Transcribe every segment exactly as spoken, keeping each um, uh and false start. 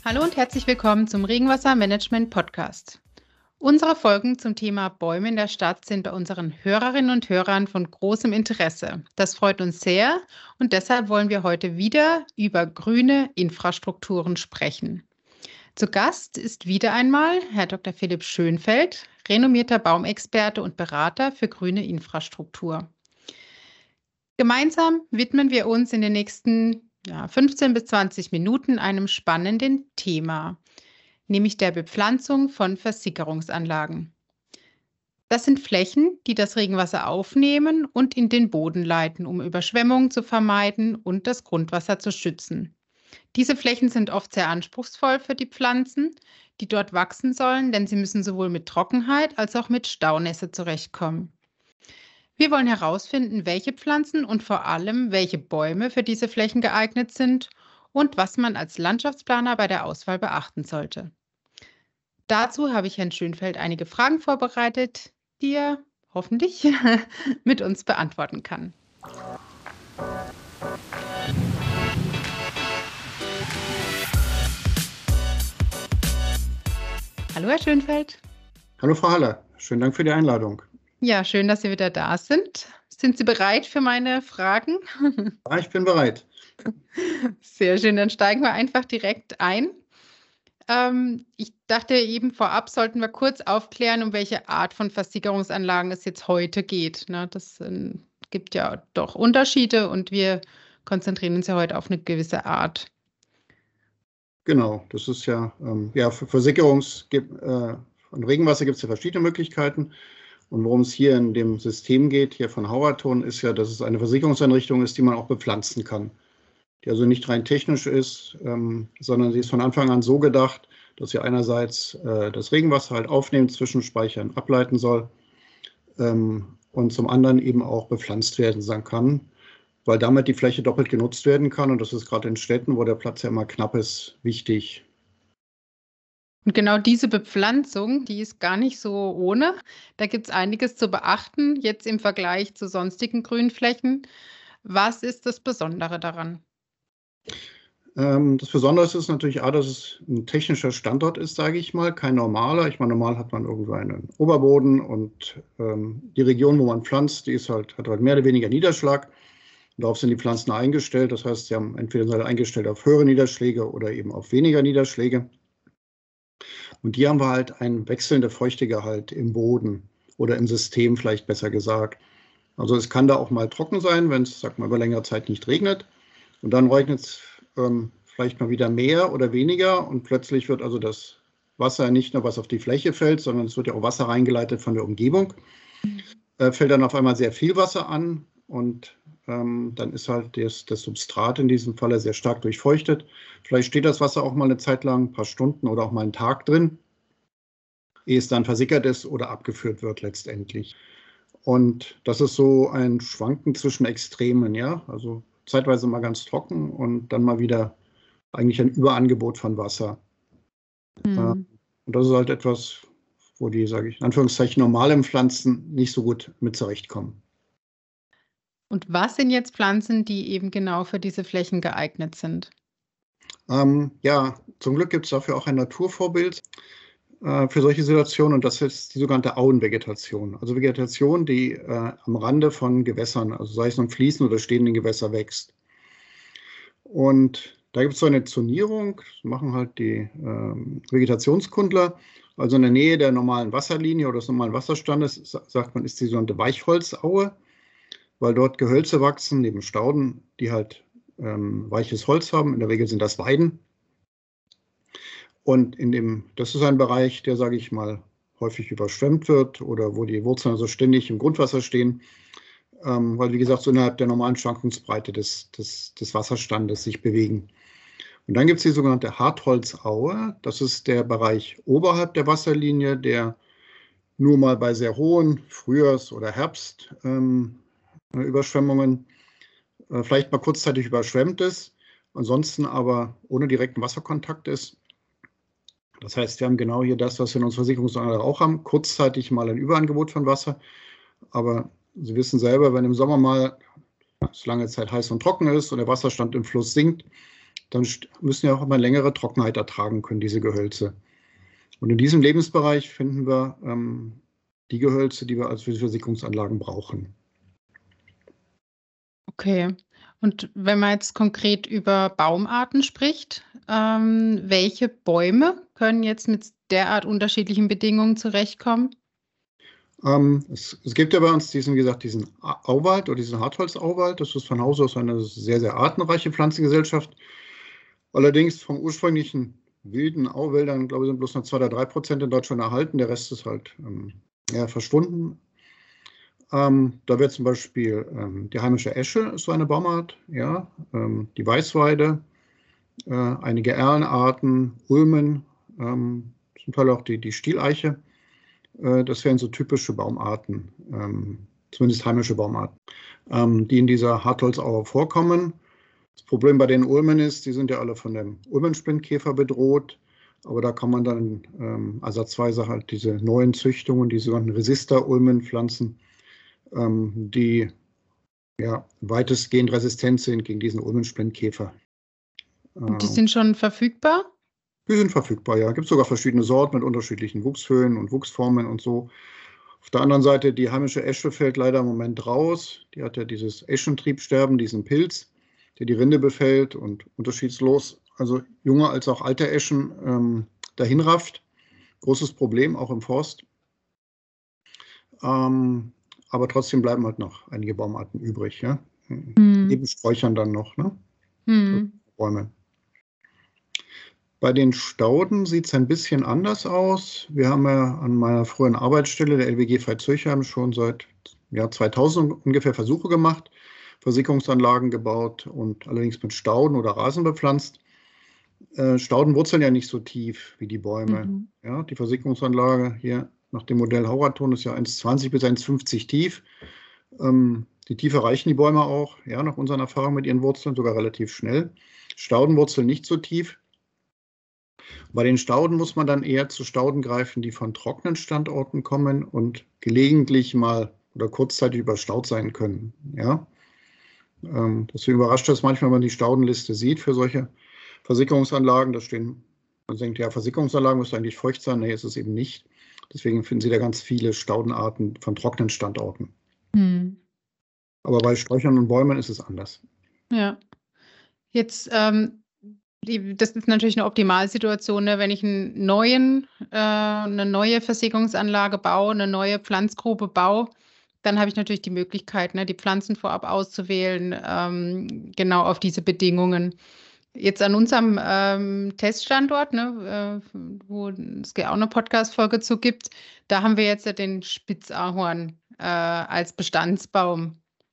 Hallo und herzlich willkommen zum Regenwassermanagement-Podcast. Unsere Folgen zum Thema Bäume in der Stadt sind bei unseren Hörerinnen und Hörern von großem Interesse. Das freut uns sehr und deshalb wollen wir heute wieder über grüne Infrastrukturen sprechen. Zu Gast ist wieder einmal Herr Doktor Philipp Schönfeld, renommierter Baumexperte und Berater für grüne Infrastruktur. Gemeinsam widmen wir uns in den nächsten ja, fünfzehn bis zwanzig Minuten einem spannenden Thema, nämlich der Bepflanzung von Versickerungsanlagen. Das sind Flächen, die das Regenwasser aufnehmen und in den Boden leiten, um Überschwemmungen zu vermeiden und das Grundwasser zu schützen. Diese Flächen sind oft sehr anspruchsvoll für die Pflanzen, die dort wachsen sollen, denn sie müssen sowohl mit Trockenheit als auch mit Staunässe zurechtkommen. Wir wollen herausfinden, welche Pflanzen und vor allem welche Bäume für diese Flächen geeignet sind und was man als Landschaftsplaner bei der Auswahl beachten sollte. Dazu habe ich Herrn Schönfeld einige Fragen vorbereitet, die er hoffentlich mit uns beantworten kann. Hallo Herr Schönfeld. Hallo Frau Haller, schönen Dank für die Einladung. Ja, schön, dass Sie wieder da sind. Sind Sie bereit für meine Fragen? Ja, ich bin bereit. Sehr schön, dann steigen wir einfach direkt ein. Ähm, ich dachte eben vorab sollten wir kurz aufklären, um welche Art von Versickerungsanlagen es jetzt heute geht. Ne, das äh, gibt ja doch Unterschiede und wir konzentrieren uns ja heute auf eine gewisse Art. Genau, das ist ja, ähm, ja für Versickerungs gibt, äh, von Regenwasser gibt es ja verschiedene Möglichkeiten. Und worum es hier in dem System geht, hier von Hauerton, ist ja, dass es eine Versickerungseinrichtung ist, die man auch bepflanzen kann. Die also nicht rein technisch ist, ähm, sondern sie ist von Anfang an so gedacht, dass sie einerseits äh, das Regenwasser halt aufnehmen, zwischenspeichern, ableiten soll ähm, und zum anderen eben auch bepflanzt werden sein kann, weil damit die Fläche doppelt genutzt werden kann. Und das ist gerade in Städten, wo der Platz ja immer knapp ist, wichtig. Und genau diese Bepflanzung, die ist gar nicht so ohne. Da gibt es einiges zu beachten, jetzt im Vergleich zu sonstigen Grünflächen. Was ist das Besondere daran? Ähm, das Besondere ist natürlich A, dass es ein technischer Standort ist, sage ich mal, kein normaler. Ich meine, normal hat man irgendwo einen Oberboden und ähm, die Region, wo man pflanzt, die ist halt, hat halt mehr oder weniger Niederschlag. Und darauf sind die Pflanzen eingestellt. Das heißt, sie haben entweder sind halt eingestellt auf höhere Niederschläge oder eben auf weniger Niederschläge. Und hier haben wir halt einen wechselnden Feuchtegehalt im Boden oder im System, vielleicht besser gesagt. Also es kann da auch mal trocken sein, wenn es, sag mal, über längere Zeit nicht regnet. Und dann regnet es ähm, vielleicht mal wieder mehr oder weniger. Und plötzlich wird also das Wasser nicht nur, was auf die Fläche fällt, sondern es wird ja auch Wasser reingeleitet von der Umgebung. Äh, fällt dann auf einmal sehr viel Wasser an. Und ähm, dann ist halt das, das Substrat in diesem Falle sehr stark durchfeuchtet. Vielleicht steht das Wasser auch mal eine Zeit lang, ein paar Stunden oder auch mal einen Tag drin, ehe es dann versickert ist oder abgeführt wird letztendlich. Und das ist so ein Schwanken zwischen Extremen, ja, also zeitweise mal ganz trocken und dann mal wieder eigentlich ein Überangebot von Wasser. Mhm. Und das ist halt etwas, wo die, sage ich in Anführungszeichen, normalen Pflanzen nicht so gut mit zurechtkommen. Und was sind jetzt Pflanzen, die eben genau für diese Flächen geeignet sind? Ähm, ja, zum Glück gibt es dafür auch ein Naturvorbild äh, für solche Situationen und das ist die sogenannte Auenvegetation. Also Vegetation, die äh, am Rande von Gewässern, also sei es nun fließend oder stehenden Gewässer, wächst. Und da gibt es so eine Zonierung, das machen halt die ähm, Vegetationskundler, also in der Nähe der normalen Wasserlinie oder des normalen Wasserstandes, sagt man, ist die sogenannte Weichholzaue, weil dort Gehölze wachsen, neben Stauden, die halt ähm, weiches Holz haben. In der Regel sind das Weiden. Und in dem, das ist ein Bereich, der, sage ich mal, häufig überschwemmt wird oder wo die Wurzeln also ständig im Grundwasser stehen, ähm, weil, wie gesagt, so innerhalb der normalen Schwankungsbreite des, des, des Wasserstandes sich bewegen. Und dann gibt es die sogenannte Hartholzaue. Das ist der Bereich oberhalb der Wasserlinie, der nur mal bei sehr hohen Frühjahrs- oder Herbst ähm, Überschwemmungen äh, vielleicht mal kurzzeitig überschwemmt ist, ansonsten aber ohne direkten Wasserkontakt ist. Das heißt, wir haben genau hier das, was wir in unserer Versickerungsanlage auch haben, kurzzeitig mal ein Überangebot von Wasser. Aber Sie wissen selber, wenn im Sommer mal es lange Zeit heiß und trocken ist und der Wasserstand im Fluss sinkt, dann müssen ja auch immer längere Trockenheit ertragen können, diese Gehölze. Und in diesem Lebensbereich finden wir ähm, die Gehölze, die wir als Versickerungsanlagen brauchen. Okay. Und wenn man jetzt konkret über Baumarten spricht, ähm, welche Bäume können jetzt mit derart unterschiedlichen Bedingungen zurechtkommen? Ähm, es, es gibt ja bei uns diesen, wie gesagt, diesen Auwald oder diesen Hartholzauwald. Das ist von Haus aus eine sehr, sehr artenreiche Pflanzengesellschaft. Allerdings vom ursprünglichen wilden Auwäldern, glaube ich, sind bloß noch zwei oder drei Prozent in Deutschland erhalten. Der Rest ist halt ähm, ja, verschwunden. Ähm, da wäre zum Beispiel ähm, die heimische Esche, ist so eine Baumart, ja, ähm, die Weißweide, äh, einige Erlenarten, Ulmen, ähm, zum Teil auch die, die Stieleiche. Äh, das wären so typische Baumarten, ähm, zumindest heimische Baumarten, ähm, die in dieser Hartholzaue vorkommen. Das Problem bei den Ulmen ist, die sind ja alle von dem Ulmenspindkäfer bedroht. Aber da kann man dann ähm, ersatzweise halt diese neuen Züchtungen, die sogenannten Resistor-Ulmen pflanzen, ähm, die ja, weitestgehend resistent sind gegen diesen Ulmenspindkäfer. Und die Äh, sind schon verfügbar? die sind verfügbar, ja. Es gibt sogar verschiedene Sorten mit unterschiedlichen Wuchshöhen und Wuchsformen und so. Auf der anderen Seite, die heimische Esche fällt leider im Moment raus. Die hat ja dieses Eschentriebsterben, diesen Pilz, der die Rinde befällt und unterschiedslos, also junge als auch alte Eschen, ähm, dahin rafft. Großes Problem, auch im Forst. Ähm, aber trotzdem bleiben halt noch einige Baumarten übrig, ja. Hm. Neben Sträuchern dann noch, ne? Hm. Bäume. Bei den Stauden sieht es ein bisschen anders aus. Wir haben ja an meiner früheren Arbeitsstelle, der L W G Veitshöchheim, schon seit Jahr zweitausend ungefähr Versuche gemacht, Versickerungsanlagen gebaut und allerdings mit Stauden oder Rasen bepflanzt. Äh, Stauden wurzeln ja nicht so tief wie die Bäume. Mhm. Ja, die Versickerungsanlage hier nach dem Modell Hauerton ist ja eins Komma zwanzig bis eins Komma fünfzig tief. Ähm, die Tiefe erreichen die Bäume auch, ja, nach unseren Erfahrungen mit ihren Wurzeln, sogar relativ schnell. Staudenwurzeln nicht so tief. Bei den Stauden muss man dann eher zu Stauden greifen, die von trockenen Standorten kommen und gelegentlich mal oder kurzzeitig überstaut sein können. Ja? Ähm, deswegen überrascht das manchmal, wenn man die Staudenliste sieht für solche Versickerungsanlagen. Da stehen, man denkt, ja, Versickerungsanlagen müssen eigentlich feucht sein. Nee, ist es eben nicht. Deswegen finden Sie da ganz viele Staudenarten von trockenen Standorten. Hm. Aber bei Sträuchern und Bäumen ist es anders. Ja. Jetzt, ähm, die, das ist natürlich eine Optimalsituation, ne? Wenn ich einen neuen, äh, eine neue Versickerungsanlage baue, eine neue Pflanzgrube baue, dann habe ich natürlich die Möglichkeit, ne, die Pflanzen vorab auszuwählen, ähm, genau auf diese Bedingungen. Jetzt an unserem ähm, Teststandort, ne, äh, wo es auch eine Podcast-Folge zu gibt, da haben wir jetzt ja den Spitzahorn äh, als Bestandsbaum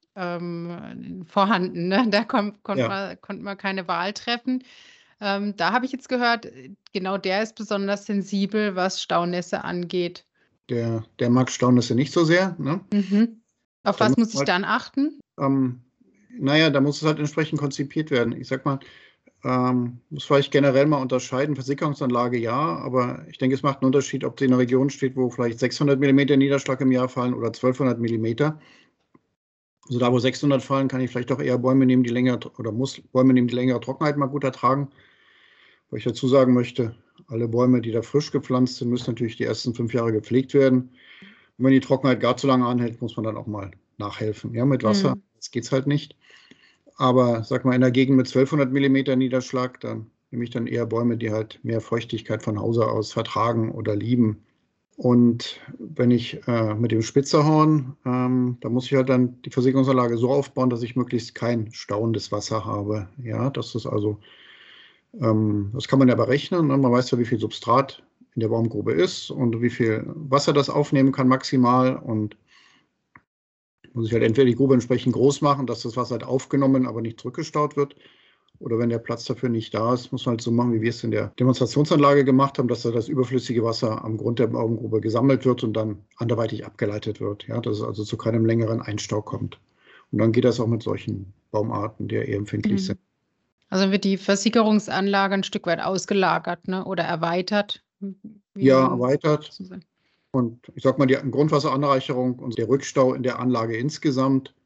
ähm, vorhanden. Ne? Da kon konnte Ja. man, konnte man keine Wahl treffen. Ähm, da habe ich jetzt gehört, genau der ist besonders sensibel, was Staunässe angeht. Der, der mag Staunässe nicht so sehr. Ne? Mhm. Auf Da was muss muss ich man- dann achten? Ähm, naja, da muss es halt entsprechend konzipiert werden. Ich sag mal, ähm, muss vielleicht generell mal unterscheiden. Versickerungsanlage ja, aber ich denke, es macht einen Unterschied, ob sie in einer Region steht, wo vielleicht sechshundert Millimeter Niederschlag im Jahr fallen oder zwölfhundert Millimeter. Also da, wo sechshundert fallen, kann ich vielleicht auch eher Bäume nehmen, die länger oder muss Bäume nehmen, die längere Trockenheit mal gut ertragen. Weil ich dazu sagen möchte, alle Bäume, die da frisch gepflanzt sind, müssen natürlich die ersten fünf Jahre gepflegt werden. Und wenn die Trockenheit gar zu lange anhält, muss man dann auch mal nachhelfen. Ja, mit Wasser, Hm. das geht es halt nicht. Aber sag mal, in der Gegend mit zwölfhundert Millimeter Niederschlag, dann nehme ich dann eher Bäume, die halt mehr Feuchtigkeit von Hause aus vertragen oder lieben. Und wenn ich äh, mit dem Spitzerhorn, ähm, da muss ich halt dann die Versickerungsanlage so aufbauen, dass ich möglichst kein stauendes Wasser habe. Ja, das ist also, ähm, das kann man ja berechnen. Ne? Man weiß ja, wie viel Substrat in der Baumgrube ist und wie viel Wasser das aufnehmen kann maximal. Und muss ich halt entweder die Grube entsprechend groß machen, dass das Wasser halt aufgenommen, aber nicht zurückgestaut wird. Oder wenn der Platz dafür nicht da ist, muss man halt so machen, wie wir es in der Demonstrationsanlage gemacht haben, dass da das überflüssige Wasser am Grund der Baumgrube gesammelt wird und dann anderweitig abgeleitet wird. Ja, dass es also zu keinem längeren Einstau kommt. Und dann geht das auch mit solchen Baumarten, die eher empfindlich Mhm. sind. Also wird die Versickerungsanlage ein Stück weit ausgelagert, ne, oder erweitert? Wie Ja, man erweitert. so sagt. Und ich sag mal, die Grundwasseranreicherung und der Rückstau in der Anlage insgesamt,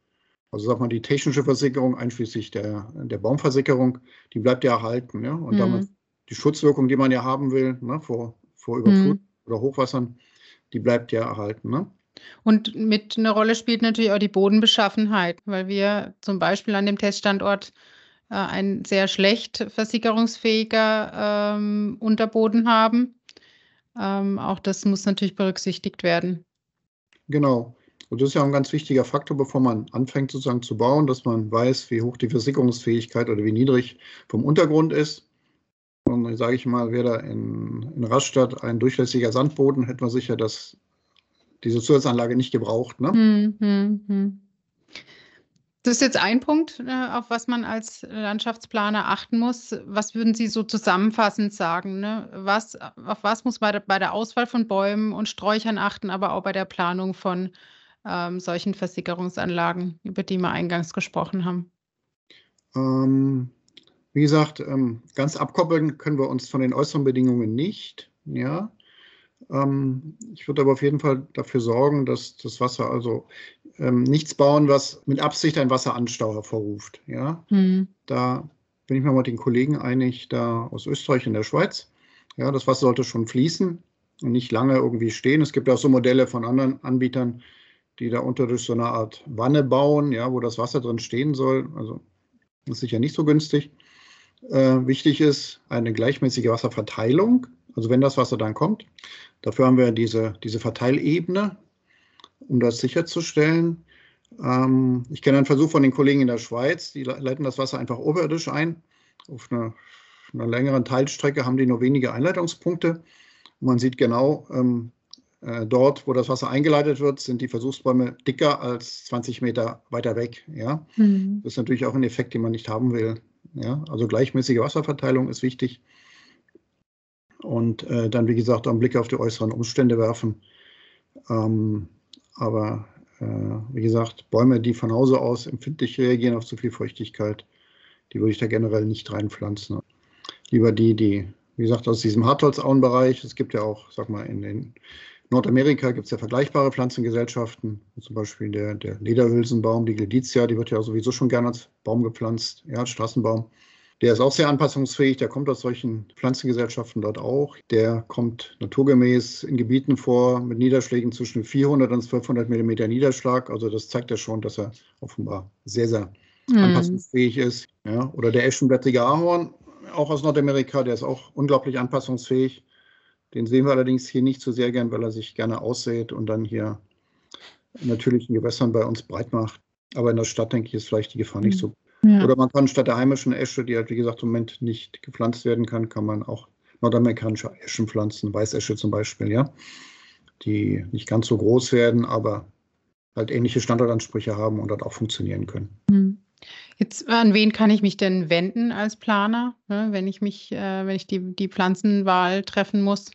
Also sag mal, die technische Versickerung einschließlich der, der Baumversickerung, die bleibt ja erhalten. Ja? Und damit Hm. die Schutzwirkung, die man ja haben will, ne, vor, vor Überflutung Hm. oder Hochwassern, die bleibt ja erhalten. Ne? Und mit einer Rolle spielt natürlich auch die Bodenbeschaffenheit, weil wir zum Beispiel an dem Teststandort äh, ein sehr schlecht versickerungsfähiger ähm, Unterboden haben. Ähm, auch das muss natürlich berücksichtigt werden. Genau. Und das ist ja ein ganz wichtiger Faktor, bevor man anfängt sozusagen zu bauen, dass man weiß, wie hoch die Versickerungsfähigkeit oder wie niedrig vom Untergrund ist. Und dann sage ich mal, wäre da in, in Rastatt ein durchlässiger Sandboden, hätten wir sicher das, diese Zusatzanlage nicht gebraucht. Ne? Hm, hm, hm. Das ist jetzt ein Punkt, äh, auf was man als Landschaftsplaner achten muss. Was würden Sie so zusammenfassend sagen, ne? Was, auf was muss man bei der, bei der Auswahl von Bäumen und Sträuchern achten, aber auch bei der Planung von ähm, solchen Versickerungsanlagen, über die wir eingangs gesprochen haben? Ähm, wie gesagt, ähm, ganz abkoppeln können wir uns von den äußeren Bedingungen nicht. Ja. Ähm, ich würde aber auf jeden Fall dafür sorgen, dass das Wasser, also ähm, nichts bauen, was mit Absicht einen Wasseranstau hervorruft. Ja. Hm. Da bin ich mir mit den Kollegen einig, da aus Österreich und der Schweiz. Ja, das Wasser sollte schon fließen und nicht lange irgendwie stehen. Es gibt auch so Modelle von anderen Anbietern, die da unterirdisch so eine Art Wanne bauen, ja, wo das Wasser drin stehen soll. Also das ist sicher nicht so günstig. Äh, wichtig ist eine gleichmäßige Wasserverteilung, also wenn das Wasser dann kommt. Dafür haben wir diese, diese Verteilebene, um das sicherzustellen. Ähm, ich kenne einen Versuch von den Kollegen in der Schweiz, die leiten das Wasser einfach oberirdisch ein. Auf einer, einer längeren Teilstrecke haben die nur wenige Einleitungspunkte. Und man sieht genau, ähm, äh, dort, wo das Wasser eingeleitet wird, sind die Versuchsbäume dicker als zwanzig Meter weiter weg. Ja? Hm. Das ist natürlich auch ein Effekt, den man nicht haben will. Ja? Also gleichmäßige Wasserverteilung ist wichtig. Und äh, dann, wie gesagt, einen Blick auf die äußeren Umstände werfen. Ähm, aber äh, wie gesagt, Bäume, die von Hause aus empfindlich reagieren auf zu viel Feuchtigkeit, die würde ich da generell nicht reinpflanzen. Lieber die, die, wie gesagt, aus diesem Hartholzauenbereich, es gibt ja auch, sag mal, in den Nordamerika gibt es ja vergleichbare Pflanzengesellschaften, zum Beispiel der, der Lederhülsenbaum, die Gleditsia, die wird ja sowieso schon gerne als Baum gepflanzt, ja, als Straßenbaum. Der ist auch sehr anpassungsfähig, der kommt aus solchen Pflanzengesellschaften dort auch. Der kommt naturgemäß in Gebieten vor mit Niederschlägen zwischen vierhundert und zwölfhundert Millimeter Niederschlag. Also das zeigt ja schon, dass er offenbar sehr, sehr Hm. anpassungsfähig ist. Ja, oder der Eschenblättrige Ahorn, auch aus Nordamerika, der ist auch unglaublich anpassungsfähig. Den sehen wir allerdings hier nicht so sehr gern, weil er sich gerne aussät und dann hier natürlichen Gewässern bei uns breit macht. Aber in der Stadt, denke ich, ist vielleicht die Gefahr nicht so. Ja. Oder man kann statt der heimischen Esche, die halt, wie gesagt, im Moment nicht gepflanzt werden kann, kann man auch nordamerikanische Eschen pflanzen, Weißesche zum Beispiel, ja, die nicht ganz so groß werden, aber halt ähnliche Standortansprüche haben und dort auch funktionieren können. Hm. Jetzt, an wen kann ich mich denn wenden als Planer, ne, wenn ich mich, äh, wenn ich die, die Pflanzenwahl treffen muss?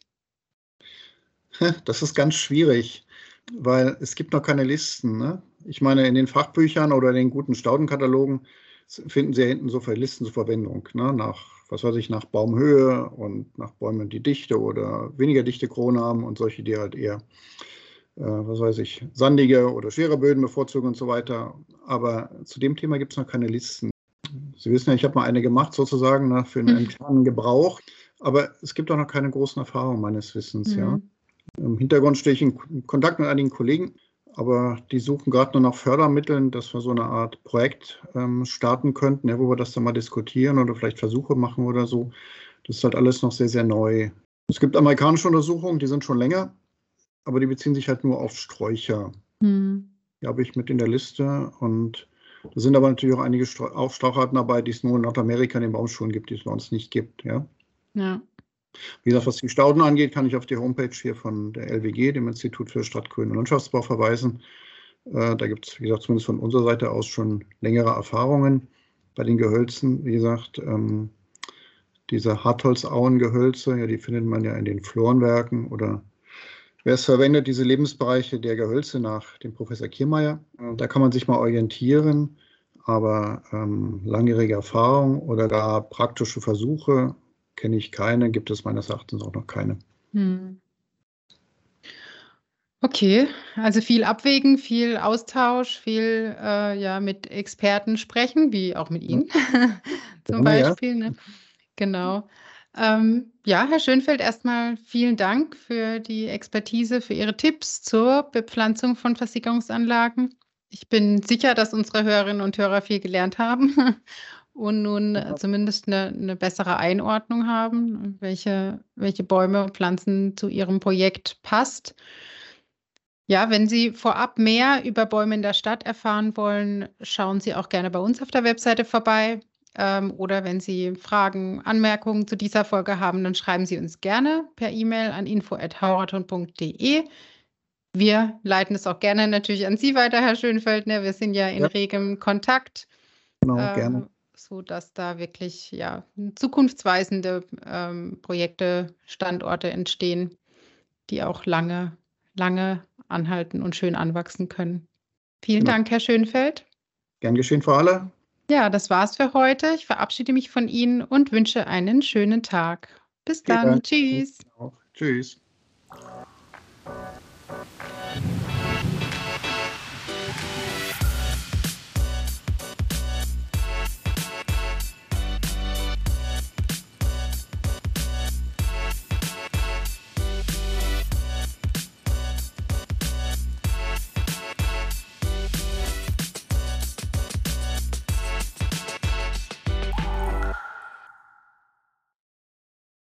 Das ist ganz schwierig, weil es gibt noch keine Listen. Ne? Ich meine, in den Fachbüchern oder in den guten Staudenkatalogen finden Sie ja hinten so viele Listen zur Verwendung. Ne? Nach, was weiß ich, nach Baumhöhe und nach Bäumen, die dichte oder weniger dichte Kronen haben und solche, die halt eher, äh, was weiß ich, sandige oder schwere Böden bevorzugen und so weiter. Aber zu dem Thema gibt es noch keine Listen. Sie wissen ja, ich habe mal eine gemacht sozusagen ne, für einen internen Gebrauch. Aber es gibt auch noch keine großen Erfahrungen meines Wissens, ja. Hm. Im Hintergrund stehe ich in Kontakt mit einigen Kollegen, aber die suchen gerade nur nach Fördermitteln, dass wir so eine Art Projekt ähm, starten könnten, ja, wo wir das dann mal diskutieren oder vielleicht Versuche machen oder so. Das ist halt alles noch sehr, sehr neu. Es gibt amerikanische Untersuchungen, die sind schon länger, aber die beziehen sich halt nur auf Sträucher. Hm. Die habe ich mit in der Liste und da sind aber natürlich auch einige Strau auch Straucharten dabei, die es nur in Nordamerika in den Baumschulen gibt, die es bei uns nicht gibt. Ja. Ja. Wie gesagt, was die Stauden angeht, kann ich auf die Homepage hier von der L W G, dem Institut für Stadtgrün und Landschaftsbau, verweisen. Äh, da gibt es, wie gesagt, zumindest von unserer Seite aus schon längere Erfahrungen bei den Gehölzen. Wie gesagt, ähm, diese Hartholzauengehölze, ja, die findet man ja in den Florenwerken oder wer es verwendet, diese Lebensbereiche der Gehölze nach dem Professor Kiermeier. Äh, da kann man sich mal orientieren, aber ähm, langjährige Erfahrung oder gar praktische Versuche kenne ich keine, gibt es meines Erachtens auch noch keine. Hm. Okay, also viel abwägen, viel Austausch, viel, äh, ja, mit Experten sprechen, wie auch mit Ja, Ihnen zum gerne, ja. Beispiel, ne? Genau. Ähm, ja, Herr Schönfeld, erstmal vielen Dank für die Expertise, für Ihre Tipps zur Bepflanzung von Versickerungsanlagen. Ich bin sicher, dass unsere Hörerinnen und Hörer viel gelernt haben und nun äh, Ja, zumindest eine 'ne bessere Einordnung haben, welche welche Bäume und Pflanzen zu ihrem Projekt passt. Ja, wenn Sie vorab mehr über Bäume in der Stadt erfahren wollen, schauen Sie auch gerne bei uns auf der Webseite vorbei. Ähm, oder wenn Sie Fragen, Anmerkungen zu dieser Folge haben, dann schreiben Sie uns gerne per E-Mail an info at hauraton punkt de. Wir leiten es auch gerne natürlich an Sie weiter, Herr Schönfeld, ne? Wir sind ja in ja, regem Kontakt, genau, gerne. ähm, sodass da wirklich, ja, zukunftsweisende, ähm, Projekte, Standorte entstehen, die auch lange lange anhalten und schön anwachsen können. Vielen Genau. Dank, Herr Schönfeld. Gern geschehen für alle. Ja, das war's für heute. Ich verabschiede mich von Ihnen und wünsche einen schönen Tag. Bis Vielen dann. Dank. Ihnen Tschüss. auch. Tschüss.